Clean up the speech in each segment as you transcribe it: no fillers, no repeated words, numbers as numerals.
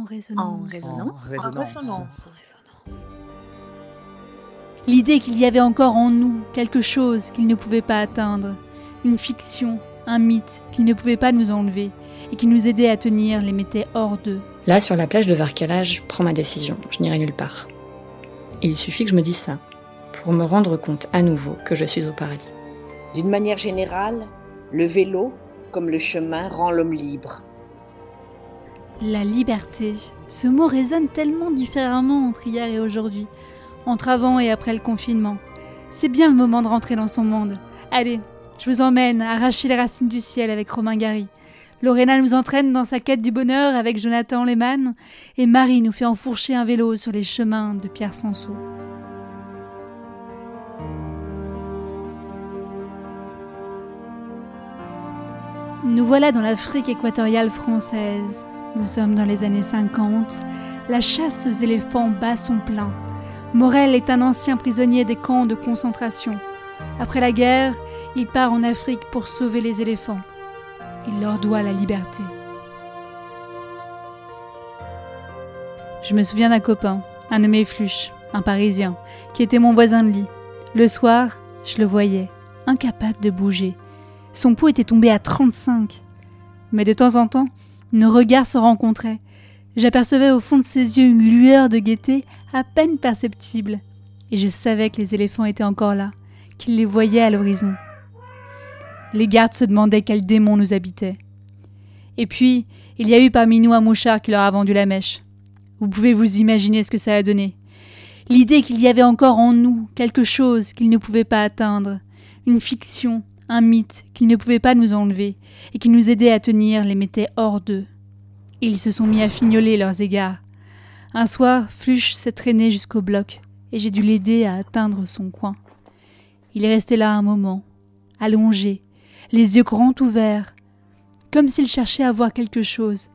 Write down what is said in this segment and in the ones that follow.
résonance. L'idée qu'il y avait encore en nous quelque chose qu'il ne pouvait pas atteindre, une fiction, un mythe qu'il ne pouvait pas nous enlever et qui nous aidait à tenir les mettait hors d'eux. Là, sur la plage de Varkala, je prends ma décision. Je n'irai nulle part. Et il suffit que je me dise ça pour me rendre compte à nouveau que je suis au paradis. D'une manière générale, le vélo, comme le chemin, rend l'homme libre. La liberté, ce mot résonne tellement différemment entre hier et aujourd'hui, entre avant et après le confinement. C'est bien le moment de rentrer dans son monde. Allez, je vous emmène à arracher les racines du ciel avec Romain Gary. Lorena nous entraîne dans sa quête du bonheur avec Jonathan Lehmann et Marie nous fait enfourcher un vélo sur les chemins de Pierre Sansot. Nous voilà dans l'Afrique équatoriale française. Nous sommes dans les années 50. La chasse aux éléphants bat son plein. Morel est un ancien prisonnier des camps de concentration. Après la guerre, il part en Afrique pour sauver les éléphants. Il leur doit la liberté. Je me souviens d'un copain, un nommé Fluche, un Parisien, qui était mon voisin de lit. Le soir, je le voyais, incapable de bouger. Son pouls était tombé à 35. Mais de temps en temps, nos regards se rencontraient. J'apercevais au fond de ses yeux une lueur de gaieté à peine perceptible. Et je savais que les éléphants étaient encore là, qu'il les voyait à l'horizon. Les gardes se demandaient quel démon nous habitait. Et puis, il y a eu parmi nous un mouchard qui leur a vendu la mèche. Vous pouvez vous imaginer ce que ça a donné. L'idée qu'il y avait encore en nous quelque chose qu'ils ne pouvaient pas atteindre, une fiction, un mythe qu'ils ne pouvaient pas nous enlever et qui nous aidait à tenir les mettait hors d'eux. Et ils se sont mis à fignoler leurs égards. Un soir, Fluche s'est traîné jusqu'au bloc et j'ai dû l'aider à atteindre son coin. Il est resté là un moment, allongé, les yeux grands ouverts, comme s'il cherchait à voir quelque chose.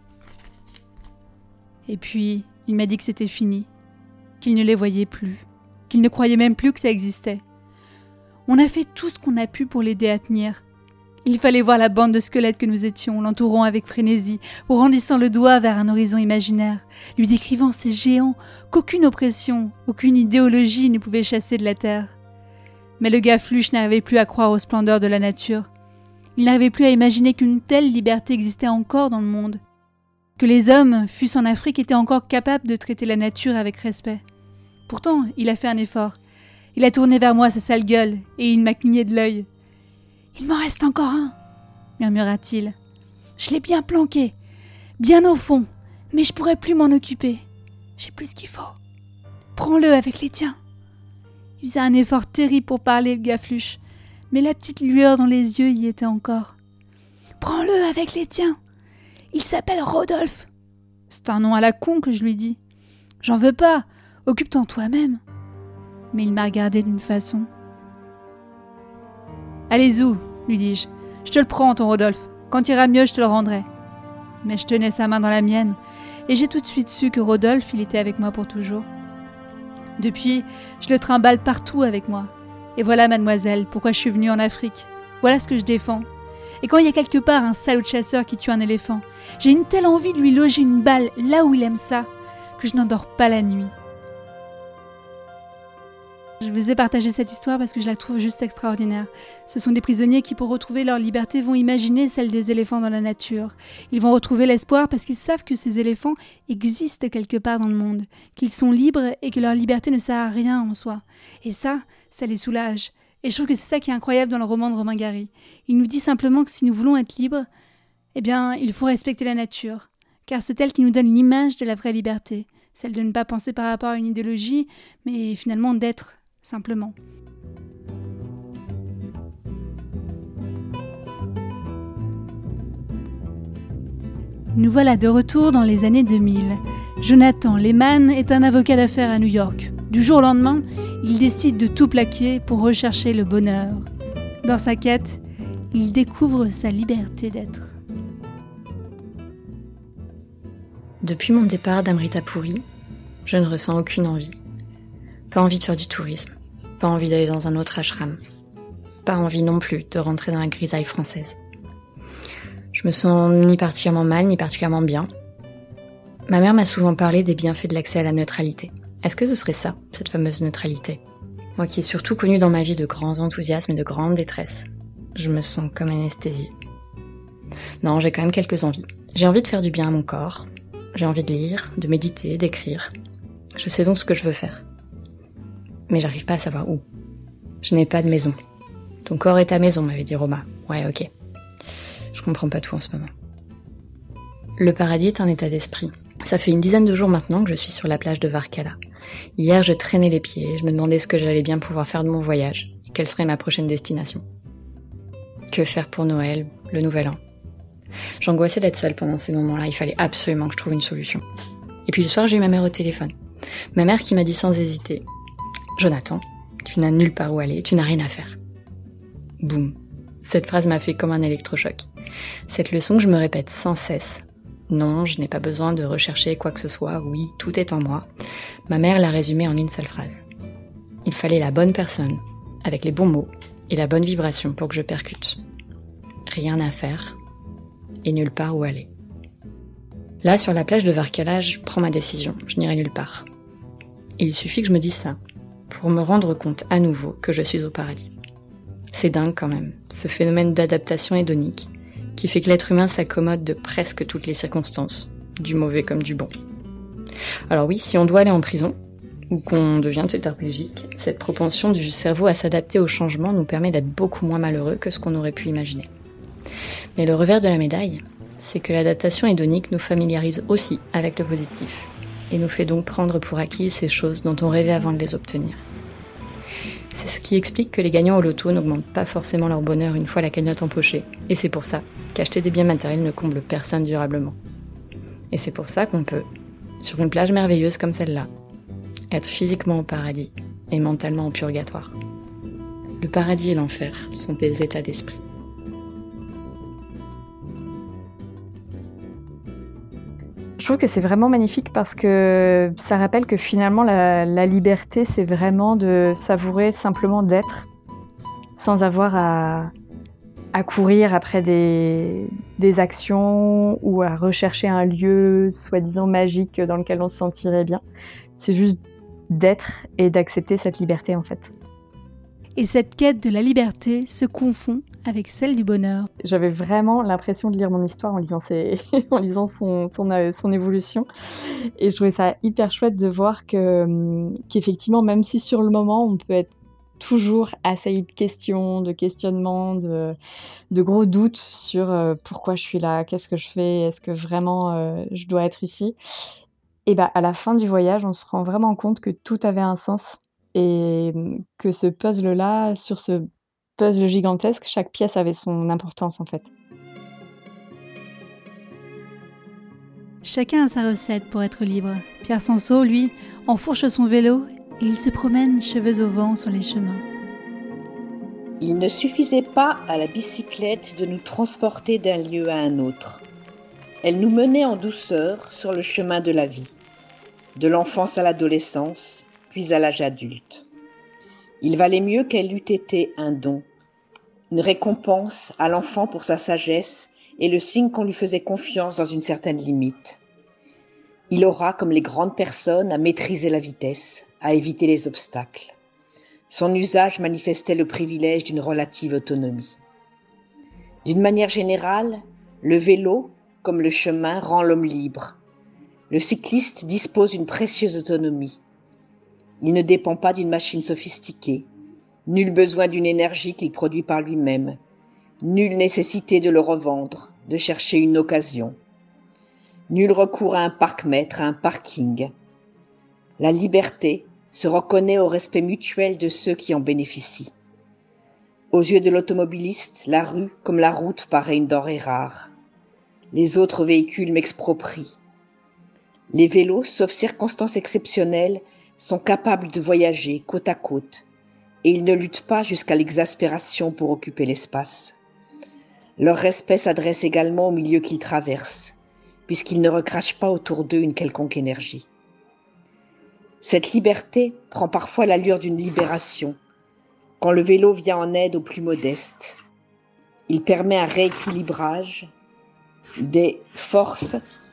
Et puis, il m'a dit que c'était fini, qu'il ne les voyait plus, qu'il ne croyait même plus que ça existait. On a fait tout ce qu'on a pu pour l'aider à tenir. Il fallait voir la bande de squelettes que nous étions, l'entourant avec frénésie, brandissant le doigt vers un horizon imaginaire, lui décrivant ces géants qu'aucune oppression, aucune idéologie ne pouvait chasser de la terre. Mais le gars Fluche n'arrivait plus à croire aux splendeurs de la nature. Il n'arrivait plus à imaginer qu'une telle liberté existait encore dans le monde. Que les hommes, fût-ce en Afrique, étaient encore capables de traiter la nature avec respect. Pourtant, il a fait un effort. Il a tourné vers moi sa sale gueule et il m'a cligné de l'œil. « Il m'en reste encore un !» murmura-t-il. « Je l'ai bien planqué, bien au fond, mais je pourrais plus m'en occuper. J'ai plus ce qu'il faut. Prends-le avec les tiens. » Il faisait un effort terrible pour parler, le gars Fluche, mais la petite lueur dans les yeux y était encore. « Prends-le avec les tiens. Il s'appelle Rodolphe. » C'est un nom à la con que je lui dis. « J'en veux pas, occupe-t'en toi-même. » Mais il m'a regardé d'une façon. « Allez où ?» lui dis-je. « Je te le prends, ton Rodolphe. Quand il ira mieux, je te le rendrai. » Mais je tenais sa main dans la mienne, et j'ai tout de suite su que Rodolphe, il était avec moi pour toujours. Depuis, je le trimballe partout avec moi. Et voilà, mademoiselle, pourquoi je suis venue en Afrique. Voilà ce que je défends. Et quand il y a quelque part un salaud de chasseur qui tue un éléphant, j'ai une telle envie de lui loger une balle là où il aime ça, que je n'endors pas la nuit. Je vous ai partagé cette histoire parce que je la trouve juste extraordinaire. Ce sont des prisonniers qui, pour retrouver leur liberté, vont imaginer celle des éléphants dans la nature. Ils vont retrouver l'espoir parce qu'ils savent que ces éléphants existent quelque part dans le monde, qu'ils sont libres et que leur liberté ne sert à rien en soi. Et ça les soulage. Et je trouve que c'est ça qui est incroyable dans le roman de Romain Gary. Il nous dit simplement que si nous voulons être libres, eh bien, il faut respecter la nature. Car c'est elle qui nous donne l'image de la vraie liberté. Celle de ne pas penser par rapport à une idéologie, mais finalement d'être. Simplement. Nous voilà de retour dans les années 2000. Jonathan Lehmann est un avocat d'affaires à New York. Du jour au lendemain, il décide de tout plaquer pour rechercher le bonheur. Dans sa quête, il découvre sa liberté d'être. Depuis mon départ d'Amritapuri, je ne ressens aucune envie. Pas envie de faire du tourisme, pas envie d'aller dans un autre ashram, pas envie non plus de rentrer dans la grisaille française. Je me sens ni particulièrement mal, ni particulièrement bien. Ma mère m'a souvent parlé des bienfaits de l'accès à la neutralité. Est-ce que ce serait ça, cette fameuse neutralité ? Moi qui ai surtout connu dans ma vie de grands enthousiasmes et de grandes détresses. Je me sens comme anesthésiée. Non, j'ai quand même quelques envies. J'ai envie de faire du bien à mon corps. J'ai envie de lire, de méditer, d'écrire. Je sais donc ce que je veux faire. Mais j'arrive pas à savoir où. Je n'ai pas de maison. Ton corps est ta maison, m'avait dit Roma. Ouais, ok. Je comprends pas tout en ce moment. Le paradis est un état d'esprit. Ça fait une dizaine de jours maintenant que je suis sur la plage de Varkala. Hier, je traînais les pieds, je me demandais ce que j'allais bien pouvoir faire de mon voyage, et quelle serait ma prochaine destination. Que faire pour Noël, le Nouvel An ? J'angoissais d'être seule pendant ces moments-là, il fallait absolument que je trouve une solution. Et puis le soir, j'ai eu ma mère au téléphone. Ma mère qui m'a dit sans hésiter « Jonathan, tu n'as nulle part où aller, tu n'as rien à faire. » Boum. Cette phrase m'a fait comme un électrochoc. Cette leçon que je me répète sans cesse. Non, je n'ai pas besoin de rechercher quoi que ce soit, oui, tout est en moi. Ma mère l'a résumé en une seule phrase. Il fallait la bonne personne, avec les bons mots et la bonne vibration pour que je percute. Rien à faire et nulle part où aller. Là, sur la plage de Varkala, je prends ma décision, je n'irai nulle part. Et il suffit que je me dise ça, pour me rendre compte à nouveau que je suis au paradis. C'est dingue quand même, ce phénomène d'adaptation hédonique, qui fait que l'être humain s'accommode de presque toutes les circonstances, du mauvais comme du bon. Alors oui, si on doit aller en prison, ou qu'on devient tétraplégique, cette propension du cerveau à s'adapter au changement nous permet d'être beaucoup moins malheureux que ce qu'on aurait pu imaginer. Mais le revers de la médaille, c'est que l'adaptation hédonique nous familiarise aussi avec le positif, et nous fait donc prendre pour acquis ces choses dont on rêvait avant de les obtenir. C'est ce qui explique que les gagnants au loto n'augmentent pas forcément leur bonheur une fois la cagnotte empochée. Et c'est pour ça qu'acheter des biens matériels ne comble personne durablement. Et c'est pour ça qu'on peut, sur une plage merveilleuse comme celle-là, être physiquement au paradis et mentalement au purgatoire. Le paradis et l'enfer sont des états d'esprit. Je trouve que c'est vraiment magnifique parce que ça rappelle que finalement la liberté, c'est vraiment de savourer simplement d'être sans avoir à courir après des actions ou à rechercher un lieu soi-disant magique dans lequel on se sentirait bien. C'est juste d'être et d'accepter cette liberté en fait. Et cette quête de la liberté se confond avec celle du bonheur. J'avais vraiment l'impression de lire mon histoire en lisant, en lisant son évolution. Et je trouvais ça hyper chouette de voir qu'effectivement, même si sur le moment, on peut être toujours assailli de questions, de questionnements, de gros doutes sur pourquoi je suis là, qu'est-ce que je fais, est-ce que vraiment je dois être ici. Et à la fin du voyage, on se rend vraiment compte que tout avait un sens et que ce puzzle-là, sur ce puzzle gigantesque, chaque pièce avait son importance en fait. Chacun a sa recette pour être libre. Pierre Sanso, lui, enfourche son vélo et il se promène cheveux au vent sur les chemins. Il ne suffisait pas à la bicyclette de nous transporter d'un lieu à un autre. Elle nous menait en douceur sur le chemin de la vie, de l'enfance à l'adolescence, puis à l'âge adulte. Il valait mieux qu'elle eût été un don, une récompense à l'enfant pour sa sagesse et le signe qu'on lui faisait confiance dans une certaine limite. Il aura, comme les grandes personnes, à maîtriser la vitesse, à éviter les obstacles. Son usage manifestait le privilège d'une relative autonomie. D'une manière générale, le vélo, comme le chemin, rend l'homme libre. Le cycliste dispose d'une précieuse autonomie. Il ne dépend pas d'une machine sophistiquée, nul besoin d'une énergie qu'il produit par lui-même, nulle nécessité de le revendre, de chercher une occasion. Nul recours à un parc-mètre, à un parking. La liberté se reconnaît au respect mutuel de ceux qui en bénéficient. Aux yeux de l'automobiliste, la rue, comme la route, paraît une denrée rare. Les autres véhicules m'exproprient. Les vélos, sauf circonstances exceptionnelles, sont capables de voyager côte à côte, et ils ne luttent pas jusqu'à l'exaspération pour occuper l'espace. Leur respect s'adresse également au milieu qu'ils traversent, puisqu'ils ne recrachent pas autour d'eux une quelconque énergie. Cette liberté prend parfois l'allure d'une libération, quand le vélo vient en aide aux plus modestes. Il permet un rééquilibrage des forces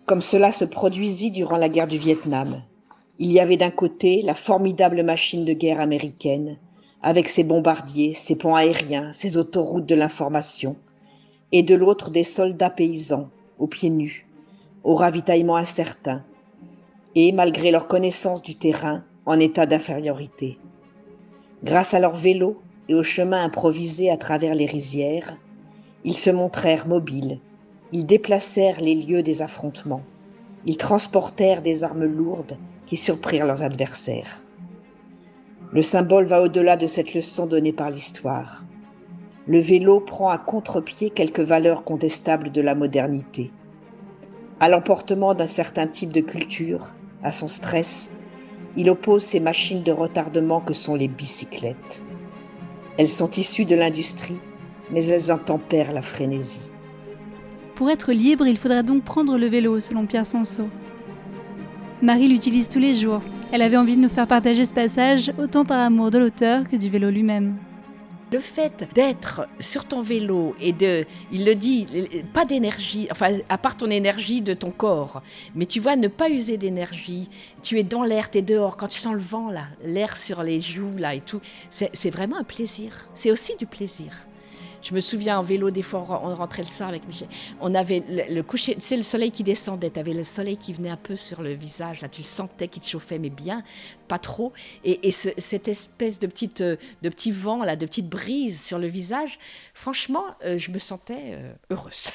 comme cela se produisit durant la guerre du Vietnam. Il y avait d'un côté la formidable machine de guerre américaine, avec ses bombardiers, ses ponts aériens, ses autoroutes de l'information, et de l'autre des soldats paysans, aux pieds nus, au ravitaillement incertain, et, malgré leur connaissance du terrain, en état d'infériorité. Grâce à leurs vélos et aux chemins improvisés à travers les rizières, ils se montrèrent mobiles, ils déplacèrent les lieux des affrontements, ils transportèrent des armes lourdes qui surprirent leurs adversaires. Le symbole va au-delà de cette leçon donnée par l'histoire. Le vélo prend à contre-pied quelques valeurs contestables de la modernité. À l'emportement d'un certain type de culture, à son stress, il oppose ces machines de retardement que sont les bicyclettes. Elles sont issues de l'industrie, mais elles en tempèrent la frénésie. Pour être libre, il faudra donc prendre le vélo, selon Pierre Sansot. Marie l'utilise tous les jours. Elle avait envie de nous faire partager ce passage, autant par amour de l'auteur que du vélo lui-même. Le fait d'être sur ton vélo et il le dit, pas d'énergie, enfin à part ton énergie de ton corps, mais tu vois, ne pas user d'énergie, tu es dans l'air, tu es dehors, quand tu sens le vent là, l'air sur les joues là et tout, c'est vraiment un plaisir, c'est aussi du plaisir. Je me souviens en vélo, des fois on rentrait le soir avec Michel, on avait le coucher, tu sais, le soleil qui descendait, tu avais le soleil qui venait un peu sur le visage, là tu le sentais qui te chauffait, mais bien, pas trop, et cette espèce de petit vent, là, de petite brise sur le visage, franchement, je me sentais heureuse.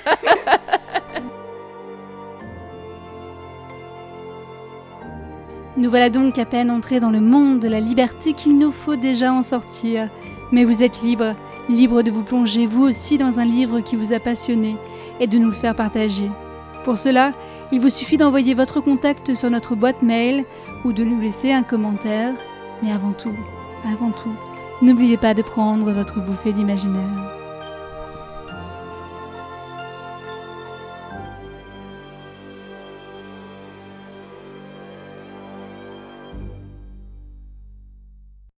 Nous voilà donc à peine entrés dans le monde de la liberté qu'il nous faut déjà en sortir. Mais vous êtes libres, libre de vous plonger vous aussi dans un livre qui vous a passionné et de nous le faire partager. Pour cela, il vous suffit d'envoyer votre contact sur notre boîte mail ou de nous laisser un commentaire. Mais avant tout, n'oubliez pas de prendre votre bouffée d'imaginaire.